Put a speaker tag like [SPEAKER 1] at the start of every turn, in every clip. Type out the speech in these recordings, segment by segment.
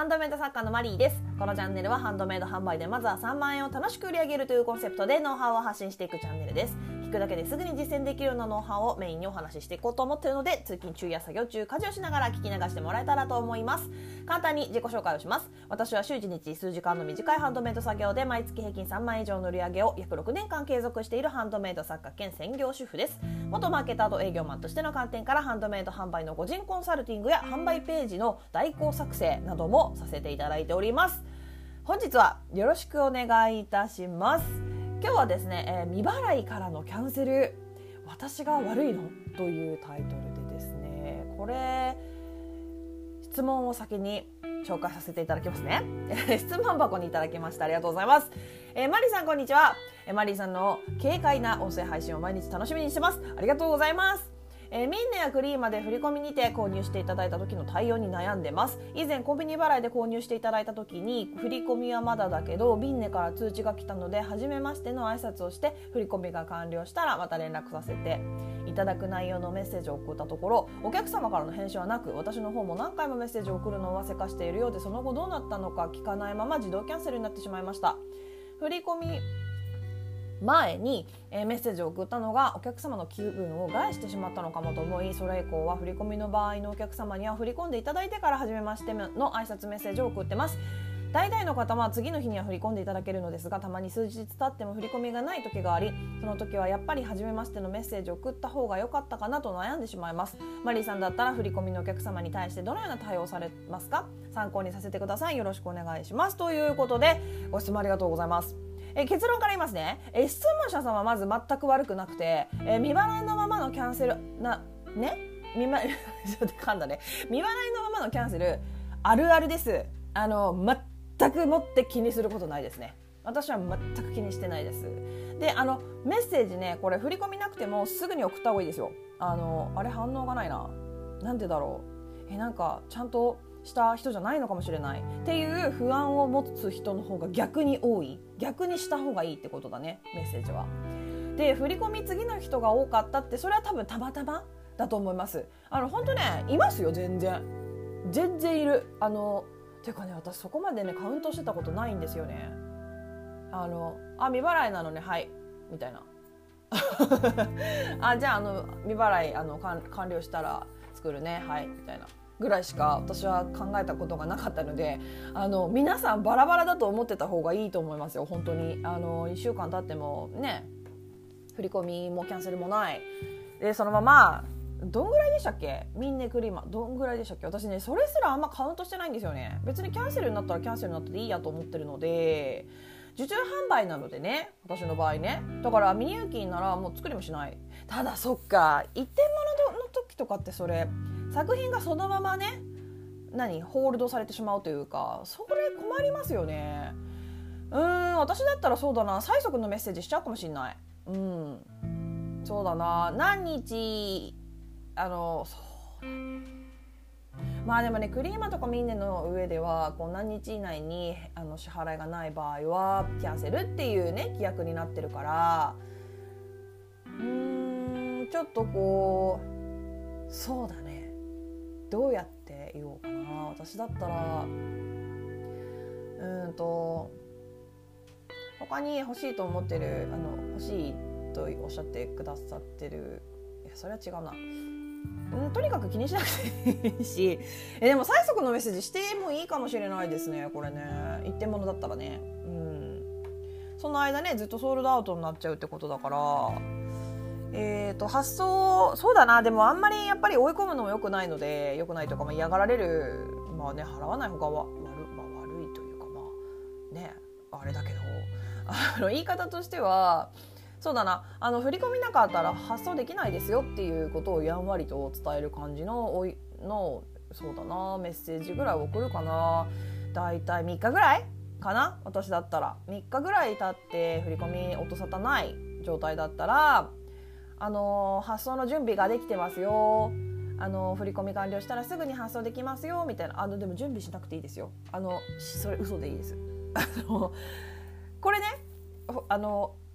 [SPEAKER 1] ンドメイド作家のマリーです。このチャンネルはハンドメイド販売でまずは3万円を楽しく売り上げるというコンセプトでノウハウを発信していくチャンネルです。聞くだけですぐに実践できるようなノウハウをメインにお話ししていこうと思っているので、通勤中や作業中、家事をしながら聞き流してもらえたらと思います。簡単に自己紹介をします。私は週1日数時間の短いハンドメイド作業で毎月平均3万円以上の売り上げを約6年間継続しているハンドメイド作家兼専業主婦です。元マーケターと営業マンとしての観点からハンドメイド販売の個人コンサルティングや販売ページの代行作成などもさせていただいております。本日はよろしくお願いいたします。今日はですね、未払いからのキャンセル、私が悪いのというタイトルでですね、これ質問を先に紹介させていただきますね。質問箱にいただきましたありがとうございます。マリーさんこんにちは。マリーさんの軽快な音声配信を毎日楽しみにしてます。ありがとうございます。ミンネやクリーマで振り込みにて購入していただいた時の対応に悩んでます。以前コンビニ払いで購入していただいた時に振り込みはまだだけどミンネから通知が来たので初めましての挨拶をして振り込みが完了したらまた連絡させていただく内容のメッセージを送ったところ、お客様からの返信はなく、私の方も何回もメッセージを送るのをせかしているようで、その後どうなったのか聞かないまま自動キャンセルになってしまいました。振り込み前にメッセージを送ったのがお客様の気分を害してしまったのかもと思い、それ以降は振り込みの場合のお客様には振り込んでいただいてから初めましての挨拶メッセージを送ってます。大体の方は次の日には振り込んでいただけるのですが、たまに数日経っても振り込みがない時があり、その時はやっぱり初めましてのメッセージを送った方が良かったかなと悩んでしまいます。マリーさんだったら振り込みのお客様に対してどのような対応をされますか？参考にさせてください。よろしくお願いします。ということでご質問ありがとうございます。結論から言いますね。質問者さんはまず全く悪くなくて、未払いのままのキャンセル未払いのままのキャンセルあるあるです。全くもって気にすることないですね。私は全く気にしてないです。で、メッセージね、これ振り込みなくてもすぐに送った方がいいですよ。あれ反応がないな。なんでだろう。なんかちゃんとした人じゃないのかもしれないっていう不安を持つ人の方が逆に多い。逆にした方がいいってことだね、メッセージは。で、振り込み次の人が多かったって、それは多分たまたまだと思います。本当ね、いますよ、全然いる。ていうかね、私そこまでねカウントしてたことないんですよね。未払いなのね、はいみたいなじゃあ未払い完了したら作るね、はいみたいなぐらいしか私は考えたことがなかったので、皆さんバラバラだと思ってた方がいいと思いますよ。本当に1週間経ってもね、振り込みもキャンセルもないで、そのままどんぐらいでしたっけ、ミンネクリーマどんぐらいでしたっけ。私ねそれすらあんまカウントしてないんですよね。別にキャンセルになったらキャンセルになったでいいやと思ってるので、受注販売なのでね、私の場合ね、だからミニユーキンならもう作りもしない。ただそっか、一点物の時とかってそれ作品がそのままねホールドされてしまうというか、それ困りますよね。私だったらそうだな、催促のメッセージしちゃうかもしれない。そうだな、何日まあでもね、クリーマとかミンネの上ではこう何日以内に支払いがない場合はキャンセルっていうね規約になってるから、ちょっとこうそうだね、どうやって言おうかな。私だったら他に欲しいと思ってる欲しいとおっしゃってくださってる、いやそれは違うな。とにかく気にしなくていいし、でも催促のメッセージしてもいいかもしれないですね。これね、一点物だったらね、その間ねずっとソールドアウトになっちゃうってことだから、発送そうだな。でもあんまりやっぱり追い込むのも良くないので、良くないというか、嫌がられる、払わない方が悪いというか、あれだけど言い方としてはそうだな、振り込みなかったら発送できないですよっていうことをやんわりと伝える感じのそうだな、メッセージぐらい送るかな。だいたい3日ぐらいかな。私だったら3日ぐらい経って振り込み音沙汰ない状態だったら、発送の準備ができてますよ、振り込み完了したらすぐに発送できますよみたいな。でも準備しなくていいですよ。それ嘘でいいですこれね、こ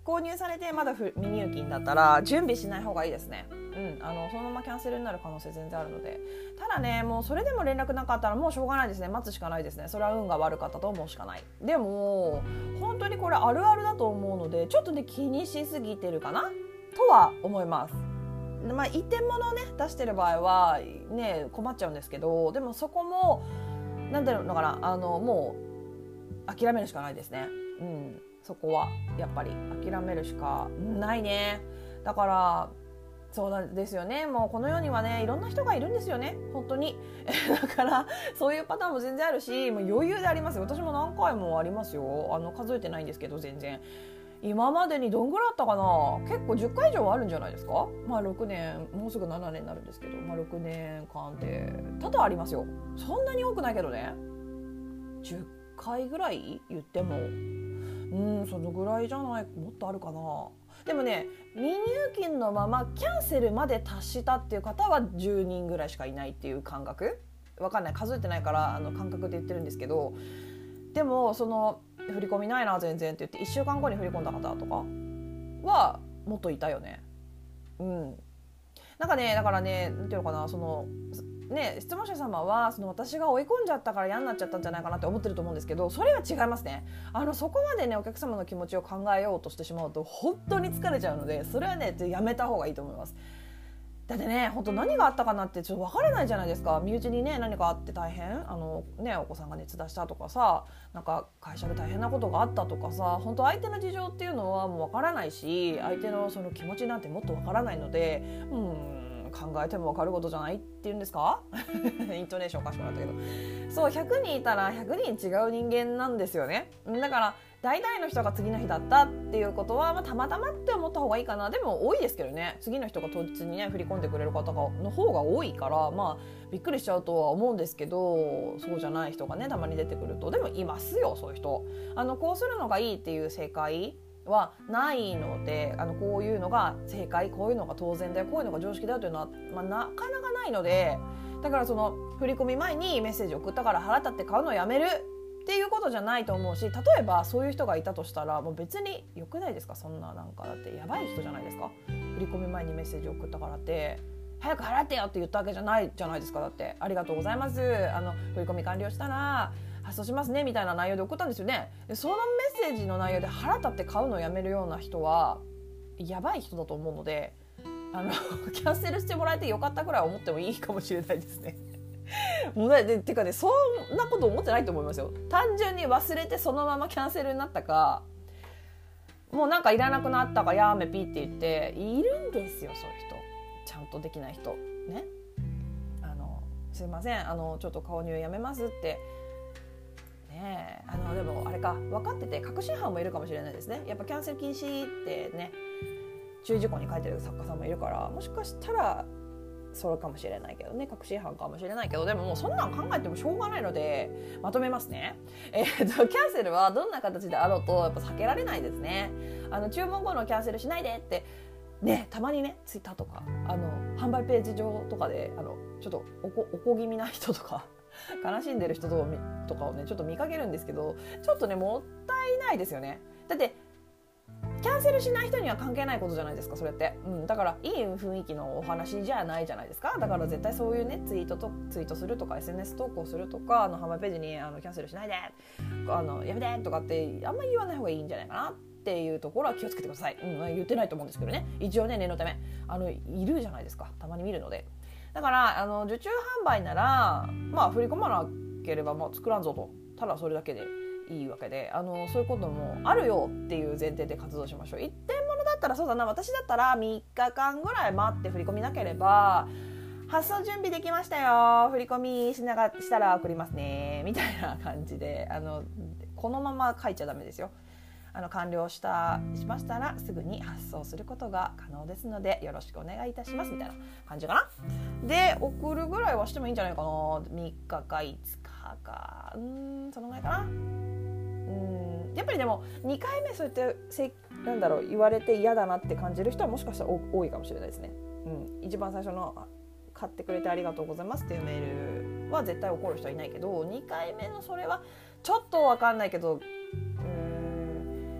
[SPEAKER 1] 購入されてまだ未入金だったら準備しない方がいいですね。そのままキャンセルになる可能性全然あるので。ただね、もうそれでも連絡なかったらもうしょうがないですね。待つしかないですね。それは運が悪かったと思うしかない。でも本当にこれあるあるだと思うので、ちょっとね気にしすぎてるかなとは思います。一点物をね出してる場合はね困っちゃうんですけど、でもそこもなんだろうのかな、もう諦めるしかないですね。そこはやっぱり諦めるしかないね。だからそうなんですよね。もうこの世にはねいろんな人がいるんですよね、本当にだからそういうパターンも全然あるし、もう余裕でありますよ。私も何回もありますよ。数えてないんですけど、全然今までにどんぐらいあったかな、結構10回以上はあるんじゃないですか。6年、もうすぐ7年になるんですけど、6年間で多々ありますよ。そんなに多くないけどね、10回ぐらい言ってもそのぐらいじゃない、もっとあるかな。でもね、未入金のままキャンセルまで達したっていう方は10人ぐらいしかいないっていう感覚、わかんない、数えてないから感覚で言ってるんですけど、でもその振り込みないな全然って言って1週間後に振り込んだ方とかはもっといたよね。なんかね、だからね、なんていうのかな、質問者様は私が追い込んじゃったから嫌になっちゃったんじゃないかなって思ってると思うんですけど、それは違いますね。そこまでねお客様の気持ちを考えようとしてしまうと本当に疲れちゃうので、それはねやめた方がいいと思います。だってね、本当何があったかなってちょっと分からないじゃないですか。身内にね何かあって大変、お子さんが熱出したとかさ、なんか会社で大変なことがあったとかさ、本当相手の事情っていうのはもう分からないし、相手のその気持ちなんてもっと分からないので、考えても分かることじゃないっていうんですかイントネーションおかしくなったけど、そう100人いたら100人違う人間なんですよね。だから大体の人が次の日だったっていうことは、たまたまって思った方がいいかな。でも多いですけどね、次の人が当日にね振り込んでくれる方の方が多いから、びっくりしちゃうとは思うんですけど、そうじゃない人がねたまに出てくると、でもいますよそういう人。こうするのがいいっていう正解はないので、こういうのが正解、こういうのが当然だよ、こういうのが常識だよというのは、なかなかないので、だからその振り込み前にメッセージ送ったから腹立って買うのをやめるっていうことじゃないと思うし、例えばそういう人がいたとしたらもう別に良くないですか。そんななんかだってやばい人じゃないですか。振り込み前にメッセージ送ったからって早く払ってよって言ったわけじゃないじゃないですか。だってありがとうございます、振り込み完了したら発送しますねみたいな内容で送ったんですよね。そのメッセージの内容で腹立って買うのをやめるような人はやばい人だと思うので、キャンセルしてもらえてよかったくらい思ってもいいかもしれないですねもうてかね、そんなこと思ってないと思いますよ。単純に忘れてそのままキャンセルになったか、もうなんかいらなくなったかやめピって言っているんですよ、そういう人。ちゃんとできない人ね。すいません、ちょっと購入やめますってね。でもあれか、分かってて確信犯もいるかもしれないですね。やっぱキャンセル禁止ってね注意事項に書いてる作家さんもいるから、もしかしたらそれかもしれないけどね、確信犯かもしれないけど、でももうそんなん考えてもしょうがないのでまとめますね。キャンセルはどんな形であろうとやっぱ避けられないですね。注文後のキャンセルしないでってね、たまにねツイッターとか販売ページ上とかでちょっとおこ気味な人とか悲しんでる人とかをねちょっと見かけるんですけど、ちょっとねもったいないですよね。だってキャンセルしない人には関係ないことじゃないですか、それって。だからいい雰囲気のお話じゃないじゃないですか。だから絶対そういうねツイートするとか SNS 投稿するとか販売ページにキャンセルしないでやめてとかってあんまり言わない方がいいんじゃないかなっていうところは気をつけてください。言ってないと思うんですけどね、一応ね念のためいるじゃないですか、たまに見るので。だから受注販売なら振り込まなければ作らんぞと、ただそれだけでいいわけで、そういうこともあるよっていう前提で活動しましょう。一点物だったらそうだな、私だったら3日間ぐらい待って振り込みなければ発送準備できましたよ、振り込みしたら送りますねみたいな感じでこのまま書いちゃダメですよ。完了しましたらすぐに発送することが可能ですのでよろしくお願いいたしますみたいな感じかな。で送るぐらいはしてもいいんじゃないかな。3日か5日かそのぐらいかな。やっぱりでも2回目そうやって言われて嫌だなって感じる人はもしかしたら多いかもしれないですね。一番最初の買ってくれてありがとうございますっていうメールは絶対怒る人はいないけど、2回目のそれはちょっと分かんないけど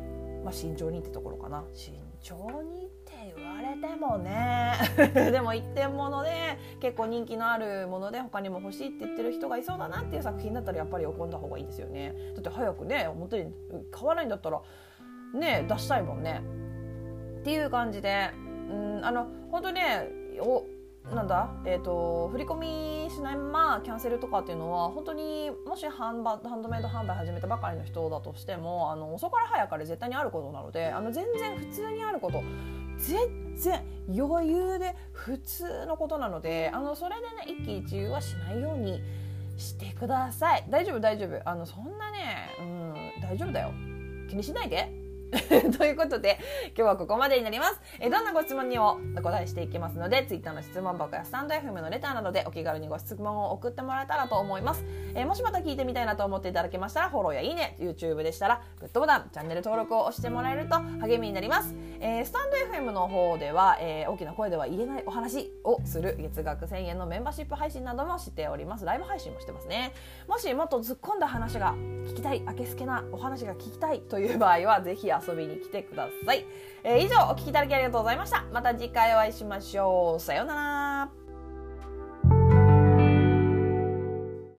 [SPEAKER 1] 慎重にってところかな。慎重にって言われてもねでも一点物で結構人気のあるもので他にも欲しいって言ってる人がいそうだなっていう作品だったらやっぱり喜んだ方がいいですよね。だって早くね表に買わないんだったらね出したいもんねっていう感じで、本当ねなんだ振り込みしないままキャンセルとかっていうのは本当にもしハンドメイド販売始めたばかりの人だとしても遅かれ早かれ絶対にあることなので全然普通にあること全然余裕で普通のことなのでそれでね一喜一憂はしないようにしてください。大丈夫そんなね、大丈夫だよ、気にしないでということで今日はここまでになります。どんなご質問にもお答えしていきますので Twitter の質問箱やスタンド FM のレターなどでお気軽にご質問を送ってもらえたらと思います。もしまた聞いてみたいなと思っていただけましたらフォローやいいね、 YouTube でしたらグッドボタン、チャンネル登録を押してもらえると励みになります。スタンド FM の方では、大きな声では言えないお話をする月額1000円のメンバーシップ配信などもしております。ライブ配信もしてますね。もしもっと突っ込んだ話が聞きたい、あけすけなお話が聞きたいという場合はぜひ遊びに来てください。以上お聞きいただきありがとうございました。また次回お会いしましょう。さようなら。